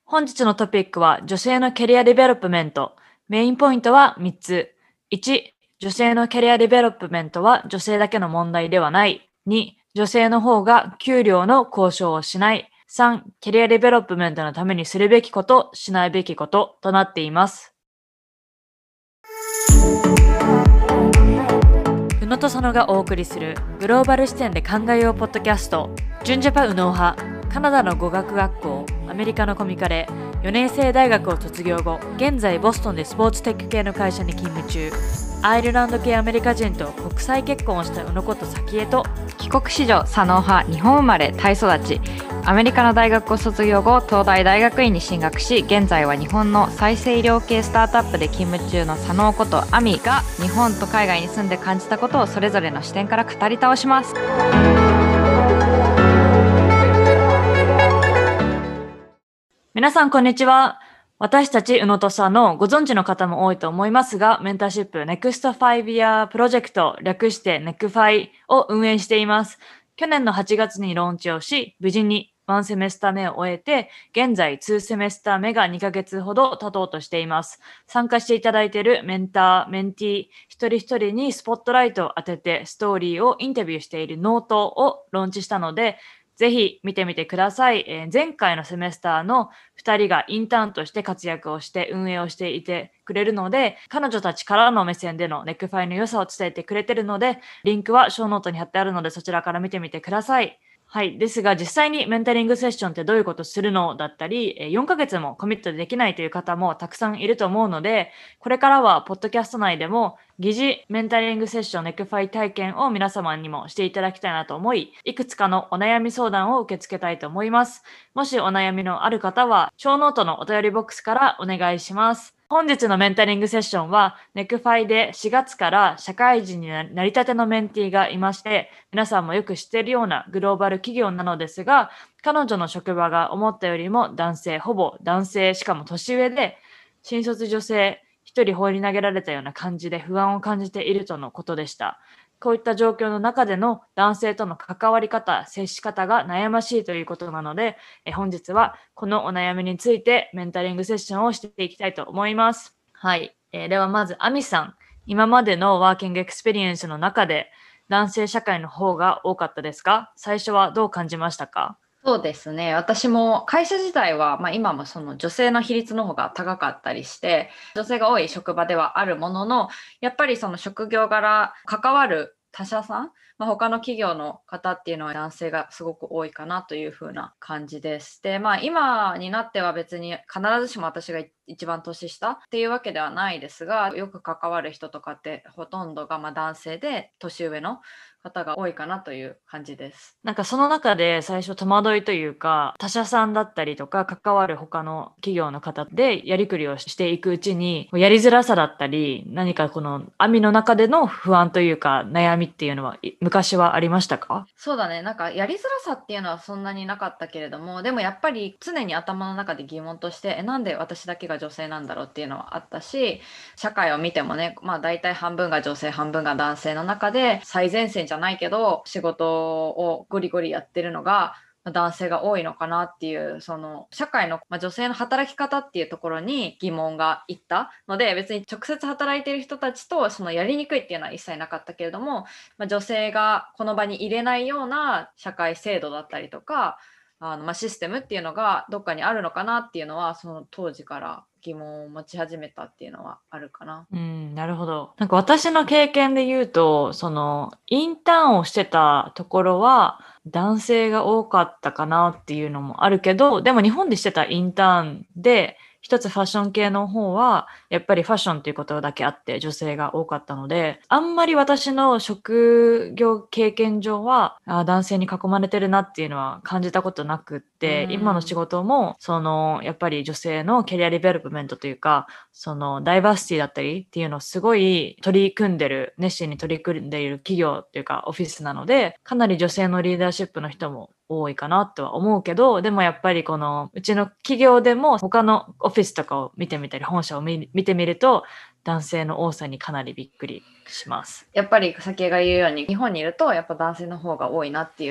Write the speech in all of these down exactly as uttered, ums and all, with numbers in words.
本日のトピックは女性のキャリアデベロップメント。メインポイントはみっつ。いち、女性のキャリアデベロップメントは女性だけの問題ではない。に、女性の方が給料の交渉をしない。さん、キャリアデベロップメントのためにするべきこと、しないべきこととなっています。宇野と佐野がお送りするグローバル視点で考えようポッドキャスト、純ジャパ宇野派。カナダの語学学校、アメリカのコミカレ、よねん生大学を卒業後、現在ボストンでスポーツテック系の会社に勤務中。アイルランド系アメリカ人と国際結婚をした宇野こと早紀江と、 帰国子女佐野派、日本生まれタイ育ち、アメリカの大学を卒業後、東大大学院に進学し、現在は日本の再生医療系スタートアップで勤務中の佐野ことアミが、日本と海外に住んで感じたことをそれぞれの視点から語り倒します。 皆さんこんにちは。私たち宇野と佐野、ご存知の方も多いと思いますが、メンターシップ ネクストファイブ Year プロジェクト、略して ネクファイ を運営しています。去年のはちがつにローンチをし、無事にワンセメスター目を終えて、現在ツーセメスター目がにかげつほど経とうとしています。参加していただいているメンター、メンティー、一人一人にスポットライトを当ててストーリーをインタビューしているノートをローンチしたので、ぜひ見てみてください。えー、前回のセメスターのふたりがインターンとして活躍をして運営をしていてくれるので、彼女たちからの目線でのネックファイの良さを伝えてくれてるので、リンクはショーノートに貼ってあるのでそちらから見てみてください。はい。ですが、実際にメンタリングセッションってどういうことするのだったり、よんかげつもコミットできないという方もたくさんいると思うので、これからはポッドキャスト内でも疑似メンタリングセッションネックファイ体験を皆様にもしていただきたいなと思い、いくつかのお悩み相談を受け付けたいと思います。もしお悩みのある方は、ショーノートのお便りボックスからお願いします。本日のメンタリングセッションは、ネクファイでしがつから社会人になりたてのメンティーがいまして、皆さんもよく知っているようなグローバル企業なのですが、彼女の職場が思ったよりも男性、ほぼ男性、しかも年上で、新卒女性一人放り投げられたような感じで不安を感じているとのことでした。こういった状況の中での男性との関わり方、接し方が悩ましいということなので、え本日はこのお悩みについてメンタリングセッションをしていきたいと思います。はい。えー、ではまず、アミさん。今までのワーキングエクスペリエンスの中で、男性社会の方が多かったですか？最初はどう感じましたか？ そうですね。私も会社自体は、まあ、今もその女性の比率の方が高かったりして、女性が多い職場ではあるものの、やっぱりその職業柄関わる他社さん、まあ、他の企業の方っていうのは男性がすごく多いかなというふうな感じです。で、まあ今になっては別に必ずしも私が一番年下っていうわけではないですが、よく関わる人とかってほとんどがまあ男性で年上の方が多いかなという感じです。 なんかその中で最初戸惑いというか、他社さんだったりとか関わる他の企業の方でやりくりをしていくうちに、やりづらさだったり、何かこの網の中での不安というか悩みっていうのは昔はありましたか？ そうだね。なんかやりづらさっていうのはそんなになかったけれども、でもやっぱり常に頭の中で疑問として、え、なんで私だけが女性なんだろうっていうのはあったし、社会を見てもね、まあ大体半分が女性、半分が男性の中で、最前線じゃないけど、仕事をゴリゴリやってるのが、男性が多いのかなっていう、その社会の、まあ、女性の働き方っていうところに疑問がいったので、別に直接働いてる人たちとそのやりにくいっていうのは一切なかったけれども、まあ、女性がこの場に入れないような社会制度だったりとか、あのまあシステムっていうのがどっかにあるのかなっていうのは、その当時から疑問を持ち始めたっていうのはあるかな。 うん、なるほど。なんか私の経験で言うと、そのインターンをしてたところは男性が多かったかなっていうのもあるけど、でも日本でしてたインターンで一つファッション系の方はやっぱりファッションっていうことだけあって女性が多かったので、あんまり私の職業経験上はあ男性に囲まれてるなっていうのは感じたことなくって、今の仕事もそのやっぱり女性のキャリアデベロップメントというか、そのダイバーシティだったりっていうのをすごい取り組んでる、熱心に取り組んでいる企業っていうかオフィスなので、かなり女性のリーダーシップの人も多いかなとは思うけど、でもやっぱりこのうちの企業でも他のオフィスとかを見てみたり本社を見てみると男性の多さにかなりびっくりします。 やっぱり先が言うように日本にいるとやっぱ男性の方が多いなっていう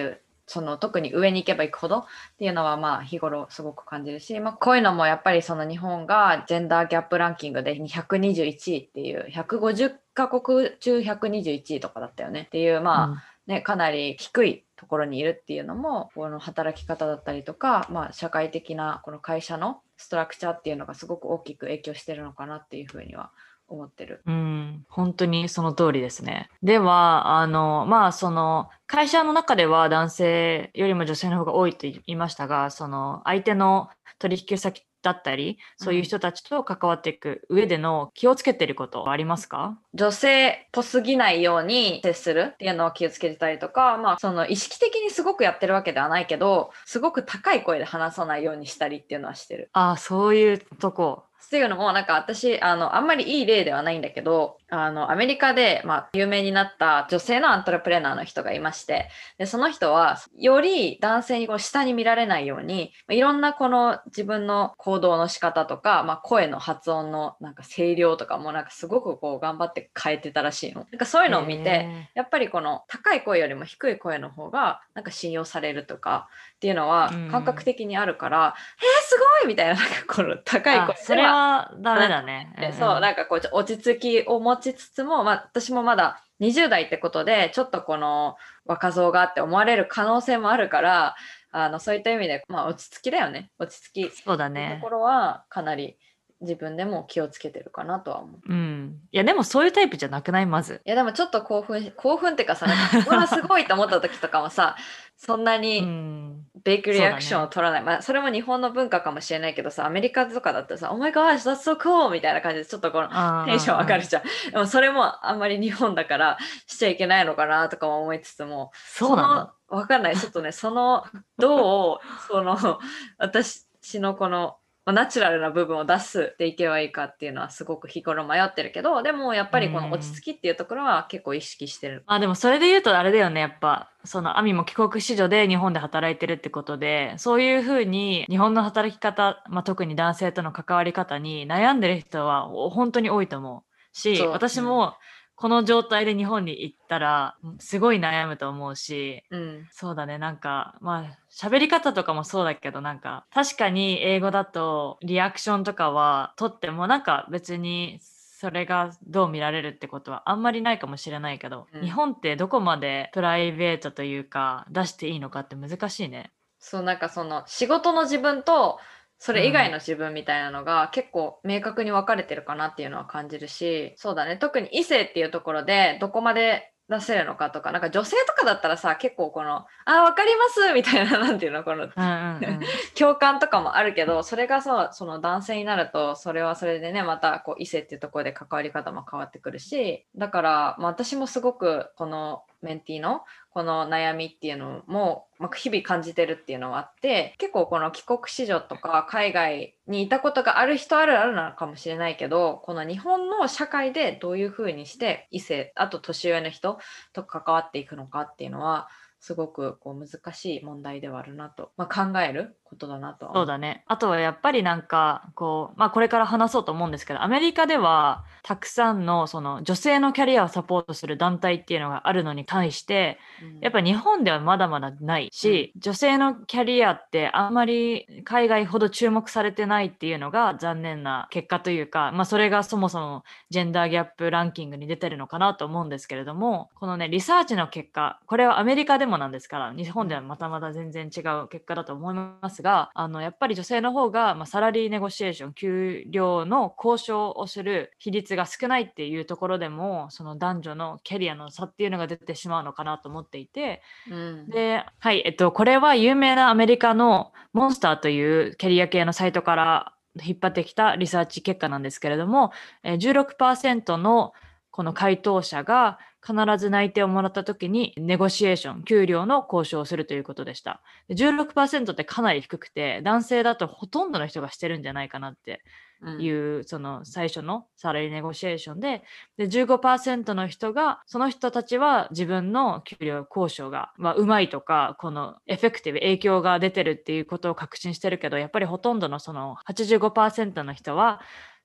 その特に上に行けば行くほどっていうのはまあ日頃すごく感じるし、まあ、こういうのもやっぱりその日本がジェンダーギャップランキングでひゃくにじゅういちいっていうひゃくごじゅっカ国中ひゃくにじゅういちいとかだったよねっていうまあ、 うんね、かなり低いところにいるっていうのもこの働き方だったりとか、まあ、社会的なこの会社のストラクチャーっていうのがすごく大きく影響してるのかなっていうふうには思ってる。 うん、本当にその通りですね。では、あの、まあ、その、会社の中では男性よりも女性の方が多いと言いましたが、その、相手の取引先だったり、そういう人たちと関わっていく上での気をつけてることはありますか？ 女性っぽすぎないように接するっていうのを気をつけてたりとか、まあ、その意識的にすごくやってるわけではないけど、すごく高い声で話さないようにしたりっていうのはしてる。 ああ、そういうとこ。 っていうのも、なんか私、あの、あんまりいい例ではないんだけど、あの、アメリカで、まあ、有名になった女性のアントレプレナーの人がいまして、で、その人は、より男性にこう下に見られないように、いろんなこの自分の行動の仕方とか、まあ、声の発音のなんか声量とかもなんかすごくこう頑張って変えてたらしいの。なんかそういうのを見て、 へやっぱりこの高い声よりも低い声の方が、なんか信用されるとかっていうのはー感覚うん。 的にあるから、えー、すごいみたいな、なんかこの高いあ、 声それでは、 はダメだね。うんうでそう、 ん。 なんかこう、ちょ落ち着きを持ちつつも、まあ、私もまだにじゅう代ってことで、ちょっとこの若造がって思われる可能性もあるから、あの、そういった意味で、まあ、落ち着きだよね。落ち着きそうだっていうとこね。 ろは、かなり自分でも気をつけてるかなとは思う。 うん。いや、でもそういうタイプじゃなくないまず。 いや、でもちょっと興奮、興奮っていうかさ、なんか、うわ、すごいと思った時とかもさ、そんなうにん。 ベイクリアクションをそうだね。 取らない。まあ、それも日本の文化かもしれないけどさ、アメリカとかだったらさ、Oh my gosh, that's so cool! みたいな感じで、ちょっとこのうんうテンション上んうん。 がるじゃん。でもそれもあんまり日本だからしちゃいけないのかなとかも思いつつも、その、 そうなの？ わかんない。ちょっとね、その、どう、その、私のこの、まあナチュラルな部分を出すっていけばいいかっていうのはすごく日頃迷ってるけど、でもやっうぱりこの落ちん。 着きっていうところは結構意識してる。 まあでもそれで言うとあれだよね。やっぱ、そのアミも帰国子女で日本で働いてるってことで、そういうふうに日本の働き方、まあ特に男性との関わり方に悩んでる人はお本当に多いと思うし、 そう。うん。 私もこの状態で日本に行ったらすごい悩むと思うし、 うん。 そうだね。なんか、まあ、喋り方とかもそうだけど、なんか、確かに英語だとリアクションとかは取っても、なんか別にそれがどう見られるってことはあんまりないかもしれないけど、日うん。 本ってどこまでプライベートというか出していいのかって難しいね。 そう、なんかその仕事の自分とそれ以外うん。 の自分みたいなのが結構明確に分かれてるかなっていうのは感じるし、そうだね。特に異性っていうところでどこまで出せるのかとか、なんか女性とかだったらさ、結構この、あ、わかりますみたいな、なんていうの、このうんうんうん。 共感とかもあるけど、それがそう、その男性になると、それはそれでね、またこう異性っていうところで関わり方も変わってくるし、だから、まあ、私もすごくこのメンティーのこの悩みっていうのも、まあ、日々感じてるっていうのはあって、結構この帰国子女とか海外にいたことがある人あるあるなのかもしれないけど、この日本の社会でどういうふうにして異性、あと年上の人と関わっていくのかっていうのは、すごくこう難しい問題ではあるなと、まあ、考えることだなとは思う。 そうだね。あとはやっぱりなんか、こう、まあこれから話そうと思うんですけど、アメリカではたくさんのその女性のキャリアをサポートする団体っていうのがあるのに対して、 うんやっぱ日本ではまだまだないうんし、女性のキャリアってあんまり海外ほど注目されてないっていうのが残念な結果というか、まあそれがそもそもジェンダーギャップランキングに出てるのかなと思うんですけれども、このね、リサーチの結果、これはアメリカでもなんですから、日本ではまたまた全然違う結果だと思いますが、あのやっぱり女性の方が、まあ、サラリーネゴシエーション、給料の交渉をする比率が少ないっていうところでも、その男女のキャリアの差っていうのが出てしまうのかなと思っていて、 うんで、はい、えっと、これは有名なアメリカのモンスターというキャリア系のサイトから引っ張ってきたリサーチ結果なんですけれども、えーじゅうろくパーセントのこの回答者が必ず内定をもらった時にネゴシエーション、給料の交渉をするということでした。でじゅうろくパーセントってかなり低くて、男性だとほとんどの人がしてるんじゃないかなっていうんう、その最初のサラリーネゴシエーションで、で、じゅうごパーセントの人が、その人たちは自分の給料交渉が、まあ、うまいとか、このエフェクティブ、影響が出てるっていうことを確信してるけど、やっぱりほとんどのそのはちじゅうごパーセントの人は、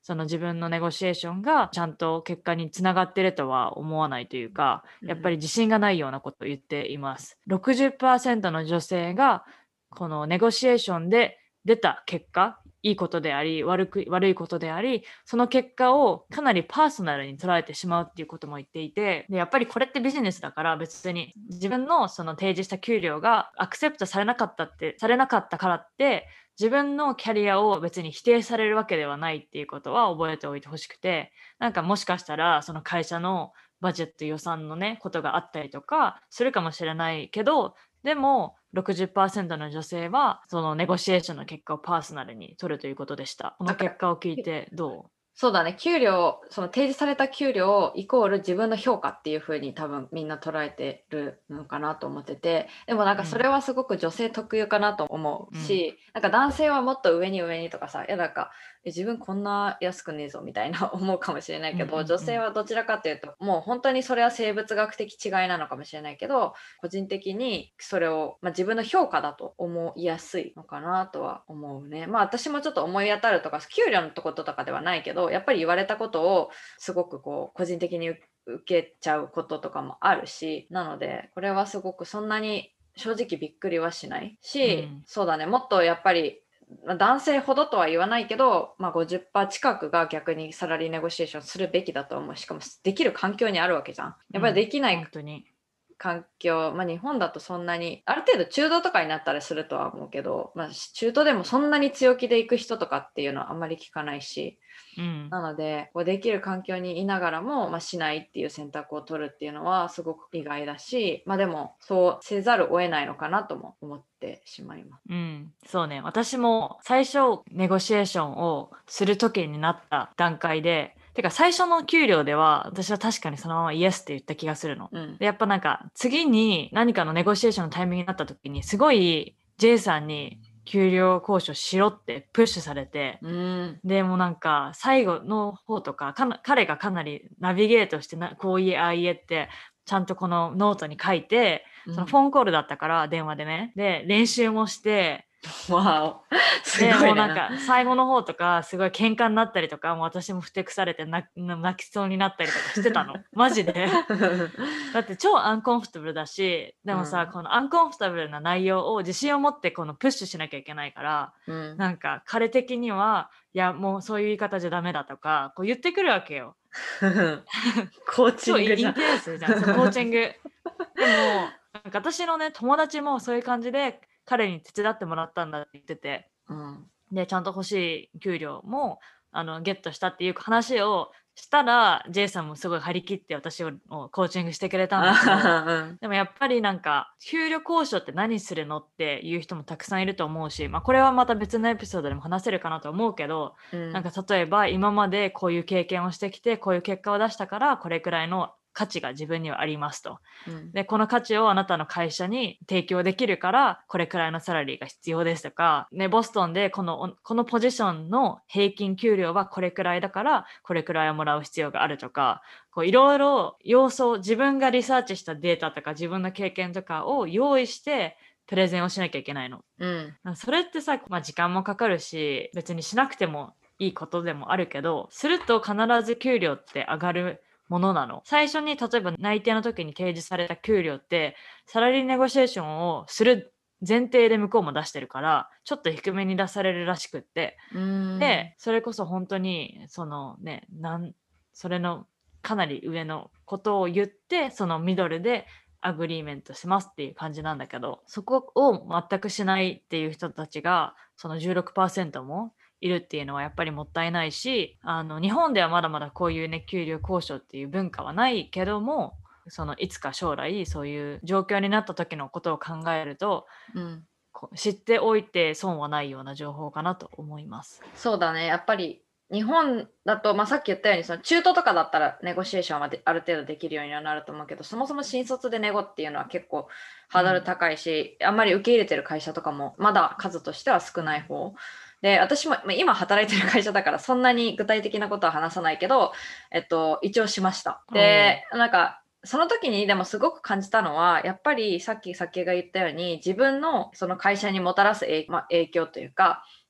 その自分のネゴシエーションがちゃんと結果につながってるとは思わないというか、やっぱり自信がないようなことを言っています。ろくじゅっパーセント の女性がこのネゴシエーションで出た結果、いいことであり悪く悪いことであり、その結果をかなりパーソナルに捉えてしまうっていうことも言っていて、でやっぱりこれってビジネスだから別に自分のその提示した給料がアクセプトされなかったってされなかったからって自分のキャリアを別に否定されるわけではないっていうことは覚えておいてほしくて、なんかもしかしたらその会社のバジェット予算のねことがあったりとかするかもしれないけど、でもろくじゅっパーセントの女性はそのネゴシエーションの結果をパーソナルに取るということでした。この結果を聞いてどう？ そうだね、給料、その提示された給料イコール自分の評価っていう風に多分みんな捉えてるのかなと思ってて、でもなんかそれはすごく女性特有かなと思うし、うん、なんか男性はもっと上に上にとかさ、いやなんかえ自分こんな安くねえぞみたいな思うかもしれないけど、うんうんうん、女性はどちらかというともう本当にそれは生物学的違いなのかもしれないけど、個人的にそれを、まあ、自分の評価だと思いやすいのかなとは思うね。まあ私もちょっと思い当たるとか給料のとこととかではないけど、やっぱり言われたことをすごくこう個人的に受けちゃうこととかもあるし、なのでこれはすごくそんなに正直びっくりはしないし、うん、そうだね、もっとやっぱり男性ほどとは言わないけど、まあ、ごじゅっパーセント 近くが逆にサラリーネゴシエーションするべきだと思う。しかもできる環境にあるわけじゃん。やっぱりできない、うん、本当に環境、まあ、日本だとそんなにある程度中途とかになったりするとは思うけど、まあ、中途でもそんなに強気で行く人とかっていうのはあんまり聞かないし、うん、なのでこうできる環境にいながらも、まあ、しないっていう選択を取るっていうのはすごく意外だし、まあ、でもそうせざるを得ないのかなとも思ってしまいます。 うん、そうね。私も最初ネゴシエーションをする時になった段階で、てか最初の給料では私は確かにそのままイエスって言った気がするの。うん、でやっぱなんか次に何かのネゴシエーションのタイミングになった時にすごい J さんに給料交渉しろってプッシュされて、うん、でもなんか最後の方とか、かな彼がかなりナビゲートしてなこう言えああ言えってちゃんとこのノートに書いて、そのフォンコールだったから電話でね、で練習もしてわおすごいね。 でもうなんか最後の方とかすごい喧嘩になったりとか、もう私もふてくされて泣きそうになったりとかしてたのマジでだって超アンコンフォタブルだし、でもさ、うん、このアンコンフォタブルな内容を自信を持ってこのプッシュしなきゃいけないから、うん、なんか彼的にはいやもうそういう言い方じゃダメだとかこう言ってくるわけよコーチングじゃん。 超インテンスじゃん、そうコーチングでもなんか私のね友達もそういう感じで彼に手伝ってもらったんだって言ってて、うん、でちゃんと欲しい給料もあのゲットしたっていう話をしたら J さんもすごい張り切って私をコーチングしてくれたんだけど、うん、でもやっぱりなんか給料交渉って何するのっていう人もたくさんいると思うし、まあ、これはまた別のエピソードでも話せるかなと思うけど、うん、なんか例えば今までこういう経験をしてきてこういう結果を出したからこれくらいの価値が自分にはありますと、うん、でこの価値をあなたの会社に提供できるからこれくらいのサラリーが必要ですとか、ね、ボストンでこのこのポジションの平均給料はこれくらいだからこれくらいをもらう必要があるとか、こういろいろ要素、自分がリサーチしたデータとか自分の経験とかを用意してプレゼンをしなきゃいけないの、うん、それってさ、まあ、時間もかかるし別にしなくてもいいことでもあるけど、すると必ず給料って上がるものなの。最初に例えば内定の時に提示された給料ってサラリーネゴシエーションをする前提で向こうも出してるからちょっと低めに出されるらしくって、でそれこそ本当にそのねなんそれのかなり上のことを言ってそのミドルでアグリーメントしますっていう感じなんだけど、そこを全くしないっていう人たちがその じゅうろくパーセント もいるっていうのはやっぱりもったいないし、あの日本ではまだまだこういうね給料交渉っていう文化はないけども、そのいつか将来そういう状況になった時のことを考えると、うん、知っておいて損はないような情報かなと思います。 そうだね、やっぱり日本だと、まあ、さっき言ったようにその中途とかだったらネゴシエーションはある程度できるようにはなると思うけど、そもそも新卒でネゴっていうのは結構ハードル高いし、うん、あんまり受け入れてる会社とかもまだ数としては少ない方で、私も今働いてる会社だからそんなに具体的なことは話さないけど、えっと、一応しました。で、なんかその時にでもすごく感じたのは、やっぱりさっきさっきが言ったように自分のその会社にもたらす影、まあ、影響というか、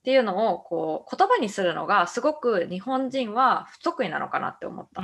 っていうのをこう言葉にするのがすごく日本人は不得意なのかなって思った。 うん、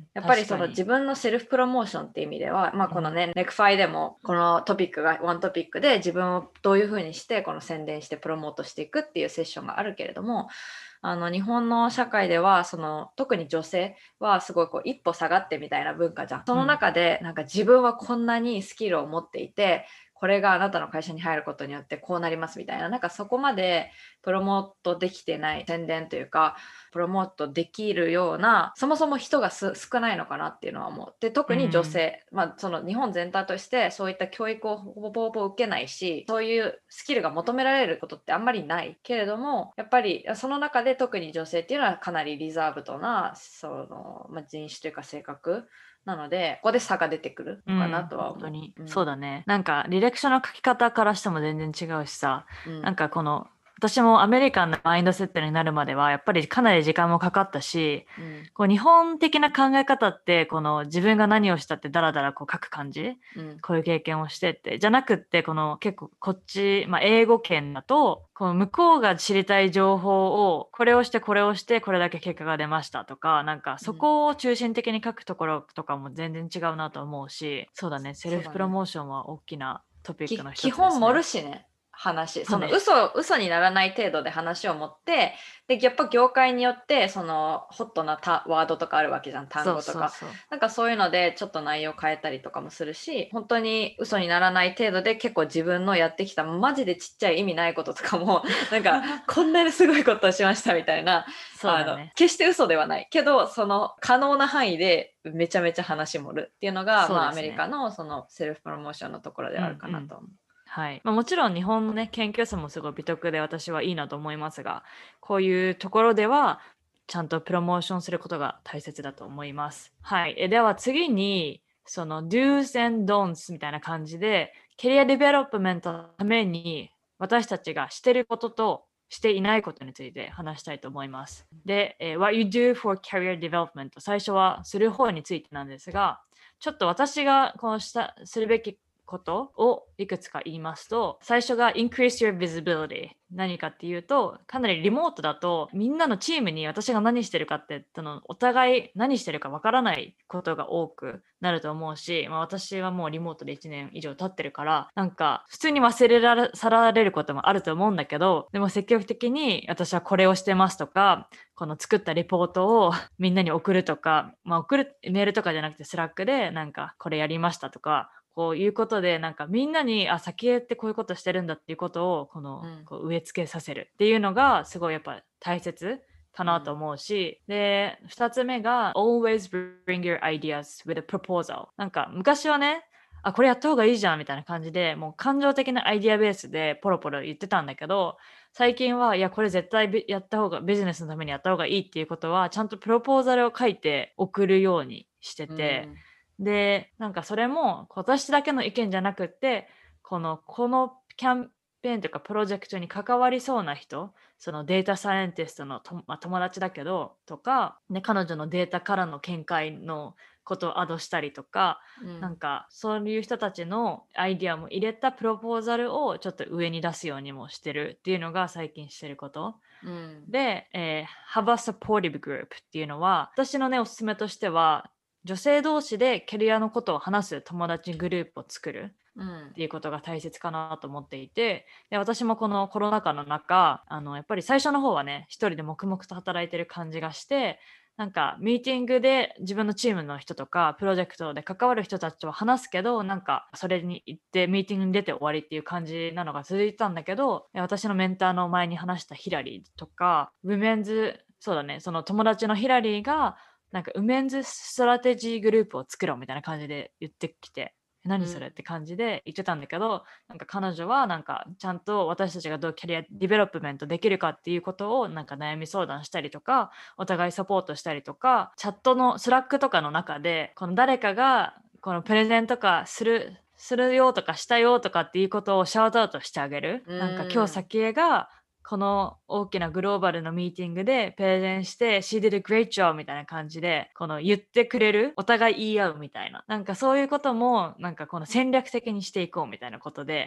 やっぱりその確かに。 自分のセルフプロモーションっていう意味では、まあこのうんね、ネクファイでもこのトピックがワントピックで自分をどういうふうにしてこの宣伝してプロモートしていくっていうセッションがあるけれども、あの日本の社会ではその特に女性はすごいこう一歩下がってみたいな文化じゃん。その中でなんか自分はこんなにスキルを持っていて、これがあなたの会社に入ることによってこうなりますみたいな、なんかそこまでプロモートできてない宣伝というかプロモートできるようなそもそも人が少ないのかなっていうのは思う。で特に女性、うん、まあその日本全体としてそういった教育をほぼほぼ受けないし、そういうスキルが求められることってあんまりないけれども、やっぱりその中で特に女性っていうのはかなりリザーブドなその、まあ、人種というか性格なので、ここで差が出てくるのかなとは思う。 うん、本当に、 うん、 そうだね。なんか履歴書の書き方からしても全然違うしさ、 うん、 なんかこの私もアメリカンなマインドセットになるまではやっぱりかなり時間もかかったし、 うん、 こう日本的な考え方ってこの自分が何をしたってダラダラこう書く感じ、 うん、 こういう経験をしてってじゃなくってこの結構こっち、まあ、英語圏だとこの向こうが知りたい情報をこれをしてこれをしてこれだけ結果が出ましたとか、なんかそこを中心的に書くところとかも全然違うなと思うし、そうだね、セルフプロモーションは大きなトピックの一基本盛るつですね。 しね、話。 そうね。 その嘘、嘘にならない程度で話を持って、で、やっぱ業界によって、その、ホットなたワードとかあるわけじゃん、単そう語とか。 そうそう。 なんかそういうので、ちょっと内容変えたりとかもするし、本当に嘘にならない程度で結構自分のやってきた、マジでちっちゃい意味ないこととかも、なんか、こんなにすごいことをしましたみたいな、あの、 そうだね。 決して嘘ではないけど、その可能な範囲でめちゃめちゃ話盛るっていうのが、まあアメリそうですね。 カのそのセルフプロモーションのところでうんうあるかなん。 と思う。 はい。まあ、もちろん日本のね、謙虚さもすごい美徳で私はいいなと思いますが、こういうところではちゃんとプロモーションすることが大切だと思います。はい。えでは次に、その do's and don'ts みたいな感じで、キャリアディベロップメントのために私たちがしてることとしていないことについて話したいと思います。で、えー What you do for career development 最初はする方についてなんですが、ちょっと私がこのしたするべきことをいくつか言いますと、最初が increase your visibility。何かっていうと、かなりリモートだと、みんなのチームに私が何してるかって、そのお互い何してるかわからないことが多くなると思うし、まあ、私はもうリモートでいちねん以上経ってるから、なんか普通に忘れられ去られることもあると思うんだけど、でも積極的に私はこれをしてますとか、この作ったレポートをみんなに送るとか、まあ、送るメールとかじゃなくてスラックでなんかこれやりましたとか、こういうことでなんかみんなにあ先へってこういうことしてるんだっていうことをこの、 うんこう植え付けさせるっていうのがすごいやっぱ大切かなと思うし、うん、でふたつめが always bring your ideas with a proposal。 なんか昔はね、あこれやった方がいいじゃんみたいな感じでもう感情的なアイディアベースでポロポロ言ってたんだけど、最近はいやこれ絶対やった方がビジネスのためにやった方がいいっていうことはちゃんとプロポーザルを書いて送るようにしてて、うん、でなんかそれも私だけの意見じゃなくってこのこのキャンペーンとかプロジェクトに関わりそうな人、そのデータサイエンティストのと、まあ、友達だけどとか、ね、彼女のデータからの見解のことをアドしたりとか、うん、なんかそういう人たちのアイディアも入れたプロポーザルをちょっと上に出すようにもしてるっていうのが最近してること、うん、で、えー、Have a supportive group っていうのは私のねおすすめとしては女性同士でキャリアのことを話す友達グループを作るっていうことが大切かなと思っていて、で私もこのコロナ禍の中あのやっぱり最初の方はね一人で黙々と働いてる感じがして、なんかミーティングで自分のチームの人とかプロジェクトで関わる人たちとは話すけど、なんかそれに行ってミーティングに出て終わりっていう感じなのが続いてたんだけど、私のメンターの前に話したヒラリーとかウィメンズ、そうだね、その友達のヒラリーがなんかウメンズストラテジーグループを作ろうみたいな感じで言ってきて、何それって感じで言ってたんだけど、うん、なんか彼女はなんかちゃんと私たちがどうキャリアディベロップメントできるかっていうことをなんか悩み相談したりとか、お互いサポートしたりとか、チャットのスラックとかの中でこの誰かがこのプレゼンとかするするよとかしたよとかっていうことをシャウトアウトしてあげる。うん、なんか今日先へがこの大きなグローバルのミーティングでプレゼンして She did a great job みたいな感じでこの言ってくれる、お互い言い合うみたいな、なんかそういうこともなんかこの戦略的にしていこうみたいなことで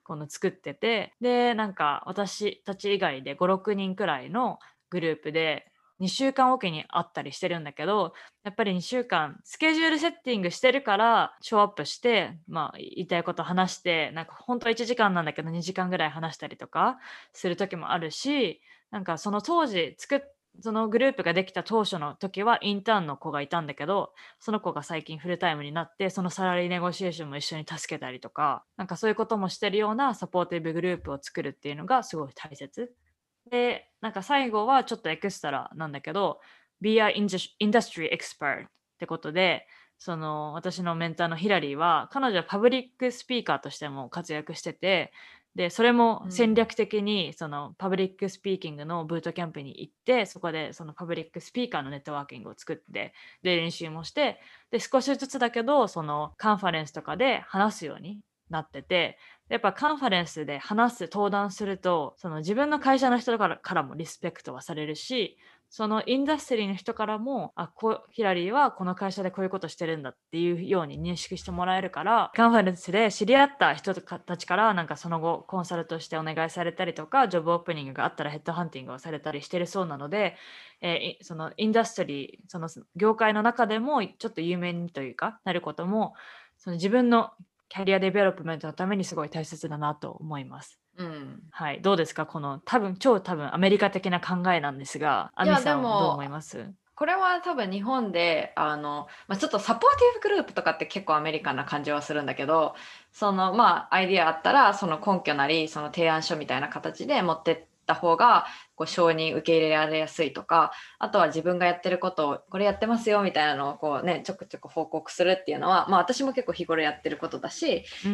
この作ってて、でなんか私たち以外でごろくにんくらいのグループでにしゅうかんおきに会ったりしてるんだけど、やっぱりにしゅうかんスケジュールセッティングしてるからショーアップして、まあ、言いたいこと話して、なんか本当はいちじかんなんだけどにじかんぐらい話したりとかする時もあるし、なんかその当時作っそのグループができた当初の時はインターンの子がいたんだけど、その子が最近フルタイムになって、そのサラリーネゴシエーションも一緒に助けたりとか、なんかそういうこともしてるようなサポーティブグループを作るっていうのがすごい大切で、なんか最後はちょっとエクストラなんだけど、Be a Industry Expert ってことで、その私のメンターのヒラリーは、彼女はパブリックスピーカーとしても活躍してて、で、それも戦略的にそのパブリックスピーキングのブートキャンプに行って、そこでそのパブリックスピーカーのネットワーキングを作って、で、練習もして、で、少しずつだけど、そのカンファレンスとかで話すようになってて、やっぱカンファレンスで話す登壇すると、その自分の会社の人からからもリスペクトはされるし、そのインダストリーの人からも、あ、こヒラリーはこの会社でこういうことしてるんだっていうように認識してもらえるから、カンファレンスで知り合った人たちからなんかその後コンサルとしてお願いされたりとか、ジョブオープニングがあったらヘッドハンティングをされたりしてるそうなので、えーそのインダストリー、その業界の中でもちょっと有名にというかなることも、その自分のキャリアデベロップメントのためにすごい大切だなと思います。 うん、 はい、どうですかこの多分超多分アメリカ的な考えなんですが、アミいやでさんどうも思います？ これは多分日本であの、まあ、ちょっとサポーティブグループとかって結構アメリカンな感じはするんだけど、そのまあアイディアあったらその根拠なりその提案書みたいな形で持ってった方がこう承認受け入れられやすいとか、あとは自分がやってることをこれやってますよみたいなのをこうねちょくちょく報告するっていうのは、まあ、私も結構日頃やってることだし、 うん、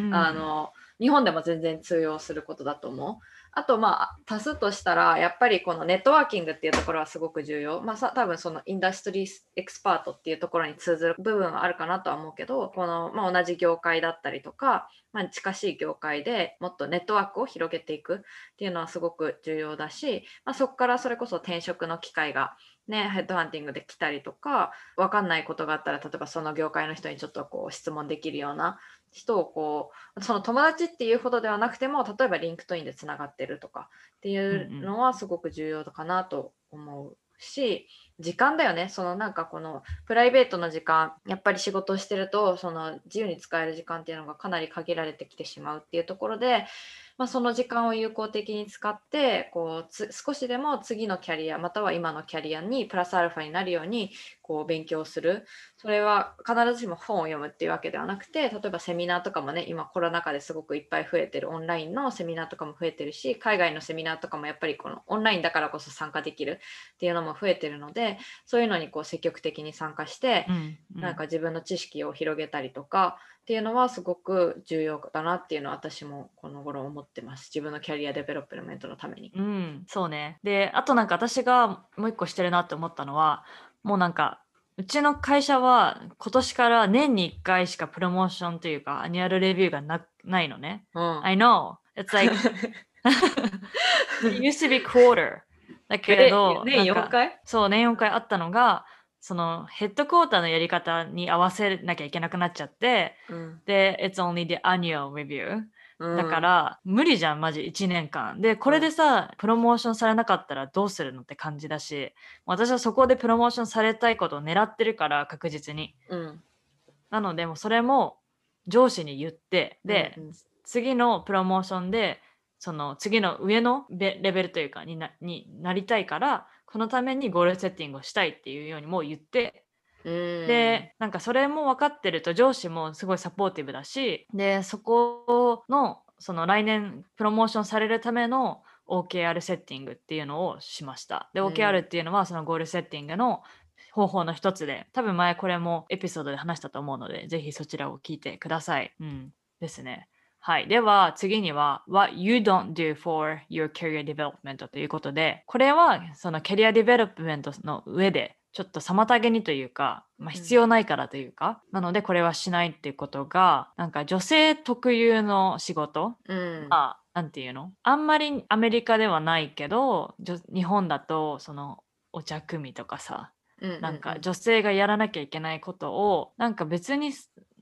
あの日本でも全然通用することだと思う。あとまあ足すとしたらやっぱりこのネットワーキングっていうところはすごく重要。まあさ多分そのインダストリーエクスパートっていうところに通ずる部分はあるかなとは思うけど、この、まあ、同じ業界だったりとか、まあ、近しい業界でもっとネットワークを広げていくっていうのはすごく重要だし、まあ、そこからそれこそ転職の機会がね、ヘッドハンティングで来たりとか、分かんないことがあったら例えばその業界の人にちょっとこう質問できるような人をこうその友達っていうほどではなくても、例えばリンクトインでつながってるとかっていうのはすごく重要かなと思うし、時間だよね。そのなんかこのプライベートの時間、やっぱり仕事をしてるとその自由に使える時間っていうのがかなり限られてきてしまうっていうところで、まあ、その時間を有効的に使ってこうつ少しでも次のキャリアまたは今のキャリアにプラスアルファになるようにこう勉強する。それは必ずしも本を読むっていうわけではなくて、例えばセミナーとかもね、今コロナ禍ですごくいっぱい増えてるオンラインのセミナーとかも増えてるし、海外のセミナーとかもやっぱりこのオンラインだからこそ参加できるっていうのも増えてるので、そういうのにこう積極的に参加して、 うんうん、 なんか自分の知識を広げたりとかっていうのはすごく重要だなっていうのは私もこの頃思ってます。自分のキャリアデベロップメントのために。 うん、そうね。で、あとなんか私がもう一個してるなって思ったのは、もうなんか、うちの会社は今年から年にいっかいしかプロモーションというかアニュアルレビューがなないのね。 うん。 I know. It's like it used to be quarter. だけれえ、 ど、な年4 んか、 回そう、年よんかいあったのが、そのヘッドクォーターのやり方に合わせなきゃいけなくなっちゃって、 うん。 で、It's only the annual review。 うだかん。 ら、無理じゃん、マジいちねんかん。で、これでさ、プロモーションされなかったらどうするのって感じだし、私はそこでプロモーションされたいことを狙ってるから、確実に。 うん。 なので、もうそれも上司に言って、で、 うんうん、 次のプロモーションで、その次の上のレベルというかになになりたいから、このためにゴールセッティングをしたいっていうようにも言って、 うん。 で、なんかそれも分かってると上司もすごいサポーティブだし、で、そこの、その来年プロモーションされるための オーケーアール セッティングっていうのをしました。で、 うん、 オーケーアール っていうのはそのゴールセッティングの方法の一つで、多分前これもエピソードで話したと思うので、ぜひそちらを聞いてください。うん。ですね。はい。では次には What you don't do for your career development ということで、これはそのキャリアディベロップメントの上でちょっと妨げにというか、まあ、必要ないからというか、うん、なのでこれはしないっていうことが、なんか女性特有の仕事、 うん、 まあ、なんていうのあんまりアメリカではないけど、日本だとそのお茶組とかさ、 うんうんうん、 なんか女性がやらなきゃいけないことをなんか別に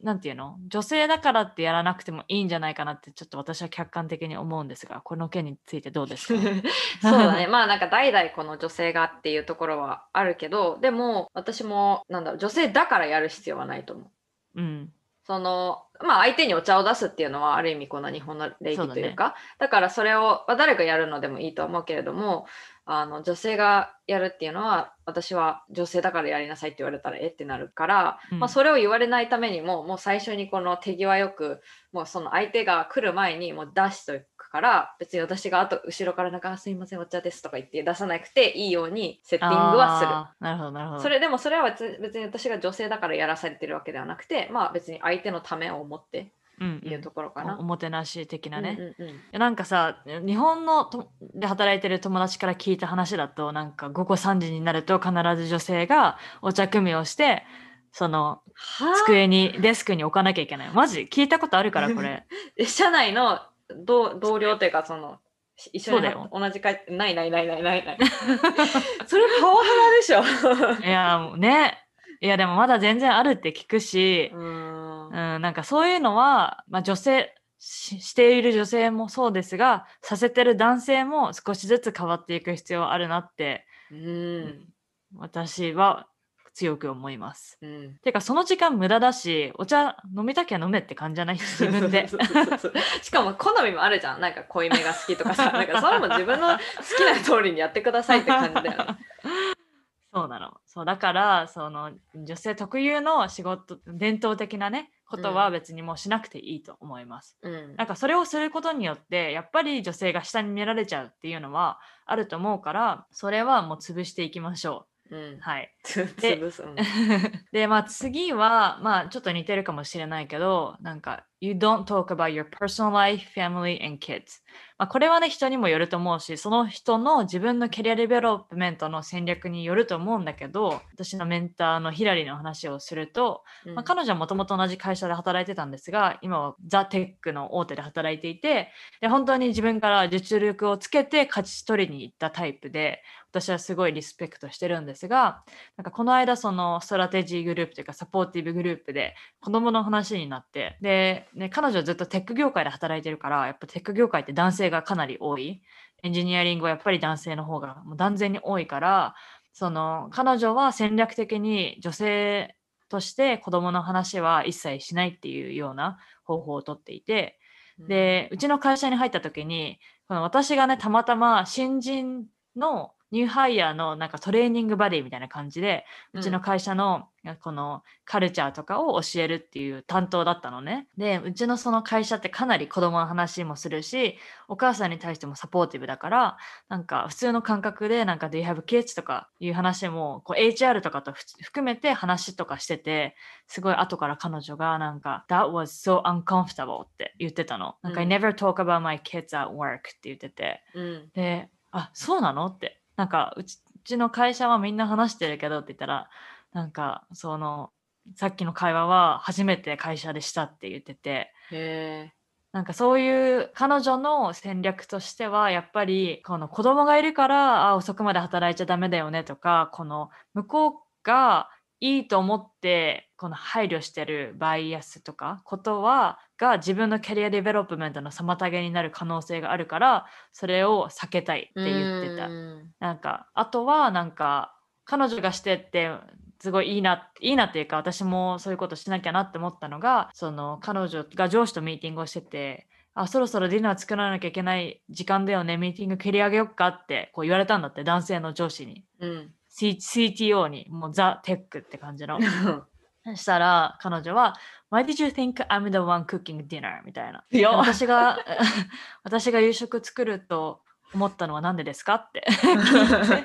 なんていうの、女性だからってやらなくてもいいんじゃないかなってちょっと私は客観的に思うんですが、この件についてどうですか？ そうだね。まあなんか代々この女性がっていうところはあるけど、でも私もなんだろう、女性だからやる必要はないと思う。 うん、 その、まあ相手にお茶を出すっていうのはある意味この日本の礼そうだね。 儀というか、だからそれを、まあ誰がやるのでもいいと思うけれども、あの女性がやるっていうのは、私は女性だからやりなさいって言われたらえってなるから、 うん、 まあそれを言われないためにも、もう最初にこの手際よく、もうその相手が来る前にもう出しとくから、別に私が後後ろからなんかあすいませんお茶ですとか言って出さなくていいようにセッティングはする。 ああ、なるほど、なるほど。 それでもそれは別別に私が女性だからやらされてるわけではなくて、まあ別に相手のためを思っていううんところかうん。お、おな。 もてなし的うんなね。 うんうん。 やなんかさ、日本のとで働いてる友達から聞いた話だと、なんか午後さんじになると必ず女性がお茶組みをして、そのは机に、デスクに置かなきゃいけない。マジ聞いたことあるから、これ。 あ社内の同同僚というか、その、一緒にはそうだよ。 同じ会、ないないないないないない。それパワハラでしょ。 いや、もうね。いや、でもまだ全然あるって聞くうし、 ーん。 うん、なんかそういうのは、まあ、女性し、している女性もそうですが、させてる男性も少しずつ変わっていく必要あるなって、 ううん、 ん。 私は強く思います。 うん。 てか、その時間無駄だし、お茶飲みたきゃ飲めって感じじゃない？自分で。 そうそうそうそう。しかも好みもあるじゃん。なんか濃いめが好きとかさ。なんかそれも自分の好きな通りにやってくださいって感じだよね。 そうなの。そう、だから、その、女性特有の仕事、伝統的なね、ことはうん。 別にもうしなくていいと思います。 うん。 なんかそれをすることによって、やっぱり女性が下に見られちゃうっていうのはあると思うから、それはもう潰していきましょう。 うん。 はい。 つで、 潰す。うん。 で、まあ次は、まあちょっと似てるかもしれないけど、なんか、You don't talk about your personal life, family, and kids. まあこれはね、人にもよると思うし、その人の自分のキャリアデベロップメントの戦略によると思うんだけど、私のメンターのヒラリーの話をすると、まあ、 うん。 彼女はもともと同じ会社で働いてたんですが、今はザ・テックの大手で働いていて、で本当に自分から実力をつけて勝ち取りに行ったタイプで、私はすごいリスペクトしてるんですが、なんかこの間そのストラテジーグループというかサポーティブグループで子供の話になって、で、ね、彼女はずっとテック業界で働いてるから、やっぱテック業界って男性がかなり多い。エンジニアリングはやっぱり男性の方がもう断然に多いから、その彼女は戦略的に女性として子供の話は一切しないっていうような方法をとっていて、で、うちの会社に入った時に、この私がね、たまたま新人のニューハイヤーのなんかトレーニングバディみたいな感じで、うちの会社のこのカルチャーとかを教えるっていう担当だったのね。で、うちのその会社ってかなり子供の話もするし、お母さんに対してもサポーティブだから、なんか普通の感覚でなんか Do you have kids? とかいう話もこう エイチアール とかと含めて話とかしてて、すごい後から彼女がなんか That was so uncomfortable って言ってたの。なんか、 うん I never talk about my kids at work って言ってて。 うん。 で、あ、そうなのって。なんかうち、うちの会社はみんな話してるけどって言ったら、なんかその、さっきの会話は初めて会社でしたって言ってて、 へえ。 なんかそういう彼女の戦略としてはやっぱりこの子供がいるからあ遅くまで働いちゃダメだよねとか、この向こうがいいと思ってこの配慮してるバイアスとかことはが自分のキャリアデベロップメントの妨げになる可能性があるから、それを避けたいっうて言ってた。 ーん。 なんかあとはなんか彼女がしてってすごいいいな、いいなっていうか、私もそういうことしなきゃなって思ったのが、その彼女が上司とミーティングをしてて、あ、そろそろディナー作らなきゃいけない時間だよね、ミーティング切り上げよっかってこう言われたんだって、男性の上司に。 うん。 C、シーティーオー に、もうザ・テックって感じの。そしたら彼女は、Why did you think I'm the one cooking dinner? みたいな。 いや。 私が、私が夕食作ると思ったのは何でですかって聞いて。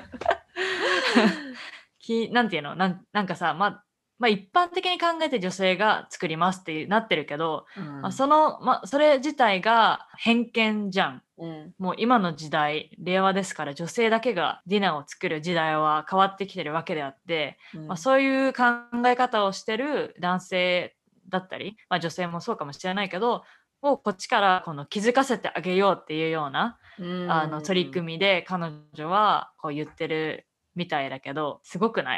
きなんていうのなんなんかさ、まあ、まあ一般的に考えて女性が作りますってなってるけど、 うんまあ、その、まあ、それ自体が偏見じゃん。 うん。 もう今の時代、令和ですから女性だけがディナーを作る時代は変わってきてるわけであって、 うんまあ、そういう考え方をしてる男性だったり、まあ、女性もそうかもしれないけど、をこっちからこの気づかせてあげようっていうようなあの取り組みで彼女はこう言ってるみたいだけど、すごくない？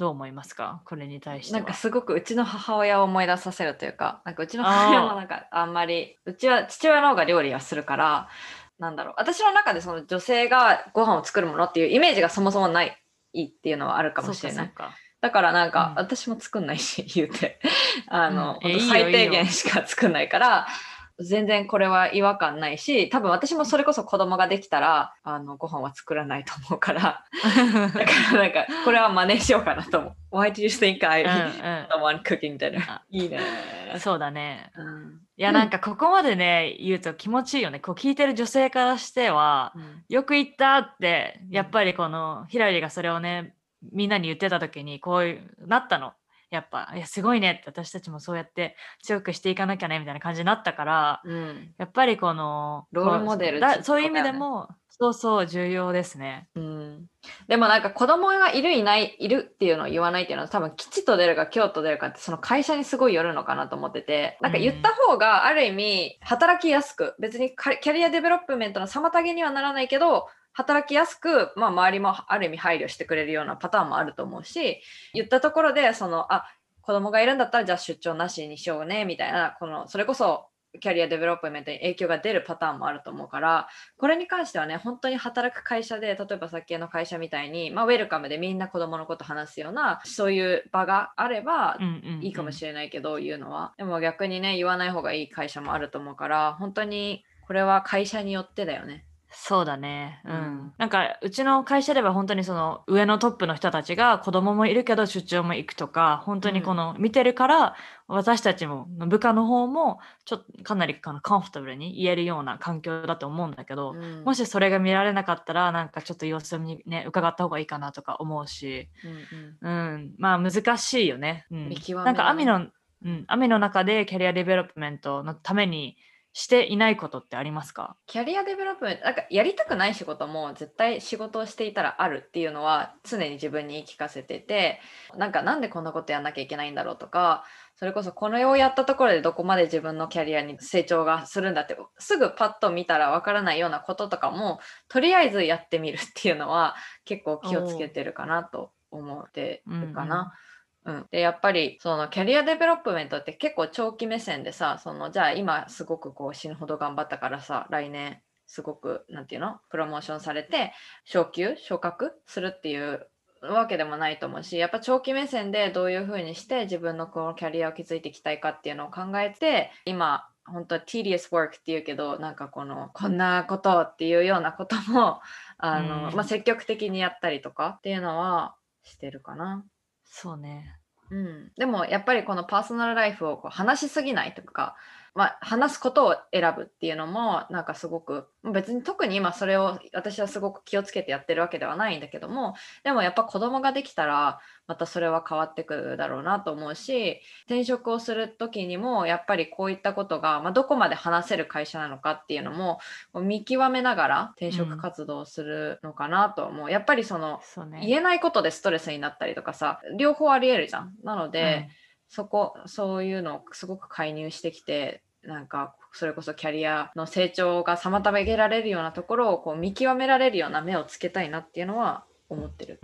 どう思いますか、これに対しては。 なんかすごくうちの母親を思い出させるというか、なんかうちの母親もなんかあんまり、うちは父親の方が料理はするから、なんだろう、私の中でその女性がご飯を作るものっていうイメージがそもそもないっていうのはあるかもしれない。 かだからなんか、 うん、 私も作んないし言うてあの、 うん、 本当えいいよ最低限いいよ。 しか作んないから、全然これは違和感ないし、多分私もそれこそ子供ができたらあのご飯は作らないと思うから、だからなんかこれは真似しようかなと思う。Why do you think I うんう don't ん。 want cooking dinner? あ、 いいね。 そうだね。 うん。 いや、なんかここまでね、言うと気持ちいいよね。こう聞いてる女性からしては、 うん。 よく言ったって、 うん。 やっぱりこのヒラリーがそれをね、みんなに言ってた時にこういうなったの。やっぱ、いや、すごいねって、私たちもそうやって強くしていかなきゃねみたいな感じになったから、 うん。 やっぱりこの、 ロールこモデル重うだそういう意要だよね。 味でも、そうそう重要ですね。 うん、でもなんか子供がいるいないいるっていうのを言わないっていうのは多分吉と出るか凶と出るかってその会社にすごいよるのかなと思ってて、なんか言った方がある意味働きやすく、別にキャリアデベロップメントの妨げにはならないけど働きやすく、まあ、周りもある意味配慮してくれるようなパターンもあると思うし、言ったところでそのあ子供がいるんだったらじゃあ出張なしにしようねみたいな、このそれこそキャリアデベロップメントに影響が出るパターンもあると思うから、これに関してはね、本当に働く会社で、例えばさっきの会社みたいに、まあ、ウェルカムでみんな子供のこと話すような、そういう場があればうんうんいいかもうん。 しれないけど、言うのは。でも逆にね、言わない方がいい会社もあると思うから、本当にこれは会社によってだよね。 そうだね。ううん。 ん。なんか、うちの会社では本当にその上のトップの人たちが子供もいるけど出張も行くとか、本当にこうん。 の見てるから、私たちも、部下の方も、ちょっとかなりかなコンフォタブルに言えるような環境だと思うんだけど、 うん。 もしそれが見られなかったら、なんかちょっと様子にね、伺った方がいいかなとか思うし、 うんうん。 うん。まあ難しいよね。う見ん。なん極めだね。 かアミの、うん、アミの中でキャリアデベロップメントのためにしていないことってありますか？ キャリアデベロップメント、なんかやりたくない仕事も絶対仕事をしていたらあるっていうのは常に自分に言い聞かせてて、なんかなんでこんなことやんなきゃいけないんだろうとか、それこそこのをやったところでどこまで自分のキャリアに成長がするんだってすぐパッと見たらわからないようなこととかもとりあえずやってみるっていうのは結構気をつけてるかなと思ってうんうるかな。 ん。 うん、でやっぱりそのキャリアデベロップメントって結構長期目線でさ、そのじゃあ今すごくこう死ぬほど頑張ったからさ、来年すごくなんていうのプロモーションされて昇給昇格するっていうわけでもないと思うし、やっぱ長期目線でどういうふうにして自分のこのキャリアを築いていきたいかっていうのを考えて、今本当は tedious work っていうけど、なんかこのこんなことっていうようなこともあの、まあ、 うん。 積極的にやったりとかっていうのはしてるかな。 そうね。 うん、でもやっぱりこのパーソナルライフをこう話しすぎないとか、まあ、話すことを選ぶっていうのもなんかすごく別に特に今それを私はすごく気をつけてやってるわけではないんだけども、でもやっぱ子供ができたらまたそれは変わってくるだろうなと思うし、転職をする時にもやっぱりこういったことが、まあ、どこまで話せる会社なのかっていうのも見極めながら転職うん。 活動をするのかなと思う。やっぱりそのそうね。 言えないことでストレスになったりとかさ、両方ありえるじゃん。なので、 うん。 そこ、そういうのをすごく介入してきて、なんか、それこそキャリアの成長が妨げられるようなところをこう見極められるような目をつけたいなっていうのは思ってる。 うん。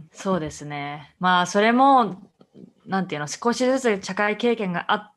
そうですね。まあ、それも、なんていうの、少しずつ社会経験があって、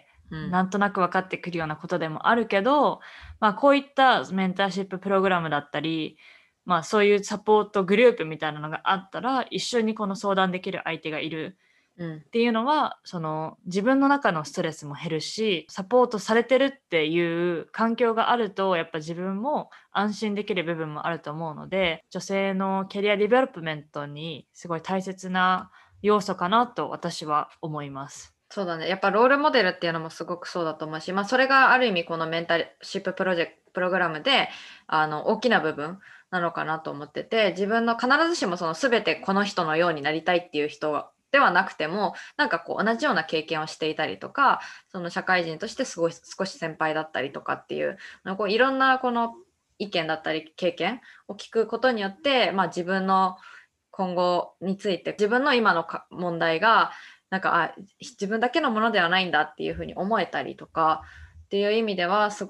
うん。 なんとなく分かってくるようなことでもあるけど、まあ、こういったメンターシッププログラムだったり、まあ、そういうサポートグループみたいなのがあったら、一緒にこの相談できる相手がいるうん。 っていうのは、その自分の中のストレスも減るし、サポートされてるっていう環境があると、やっぱ自分も安心できる部分もあると思うので、女性のキャリアディベロップメントにすごい大切な要素かなと私は思います。 そうだね。やっぱロールモデルっていうのもすごくそうだと思うし、まあそれがある意味このメンタルシッププロジェクト、プログラムで、あの、大きな部分なのかなと思ってて、自分の必ずしもその全てこの人のようになりたいっていう人ではなくても、なんかこう同じような経験をしていたりとか、その社会人としてすごい少し先輩だったりとかっていう、こういろんなこの意見だったり経験を聞くことによって、まあ自分の今後について、自分の今のか問題が、なんかあ自分だけのものではないんだっていうふうに思えたりとかっていう意味ではすごく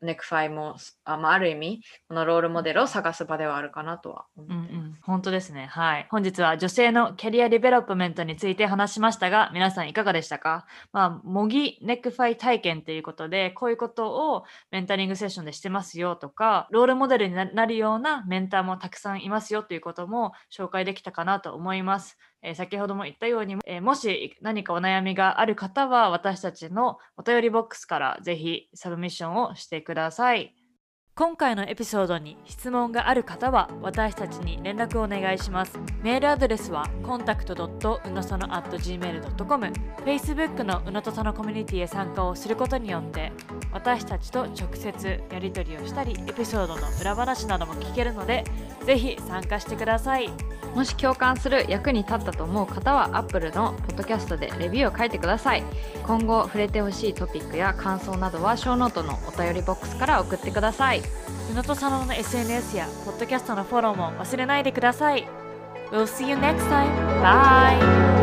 ネクファイも あ,、まあ、ある意味このロールモデルを探す場ではあるかなとは思ってます。 うんうん、本当ですね。はい。本日は女性のキャリアディベロップメントについて話しましたが、皆さんいかがでしたか？まあ、模擬ネックファイ体験ということで、こういうことをメンタリングセッションでしてますよとか、ロールモデルになるようなメンターもたくさんいますよということも紹介できたかなと思います。えー先ほども言ったように、えーもし何かお悩みがある方は、私たちのお便りボックスからぜひサブミッションをしてください。今回のエピソードに質問がある方は私たちに連絡をお願いします。メールアドレスは コンタクト ドット うのさの アット ジーメール ドット コム Facebook のうのとさのコミュニティへ参加をすることによって私たちと直接やり取りをしたりエピソードの裏話なども聞けるのでぜひ参加してください。 もし共感する役に立ったと思う方は Apple のポッドキャストでレビューを書いてください。今後触れてほしいトピックや感想などはショーノートのお便りボックスから送ってください。 うのとさのの エスエヌエス やポッドキャストのフォローも忘れないでください。We'll see you next time. Bye!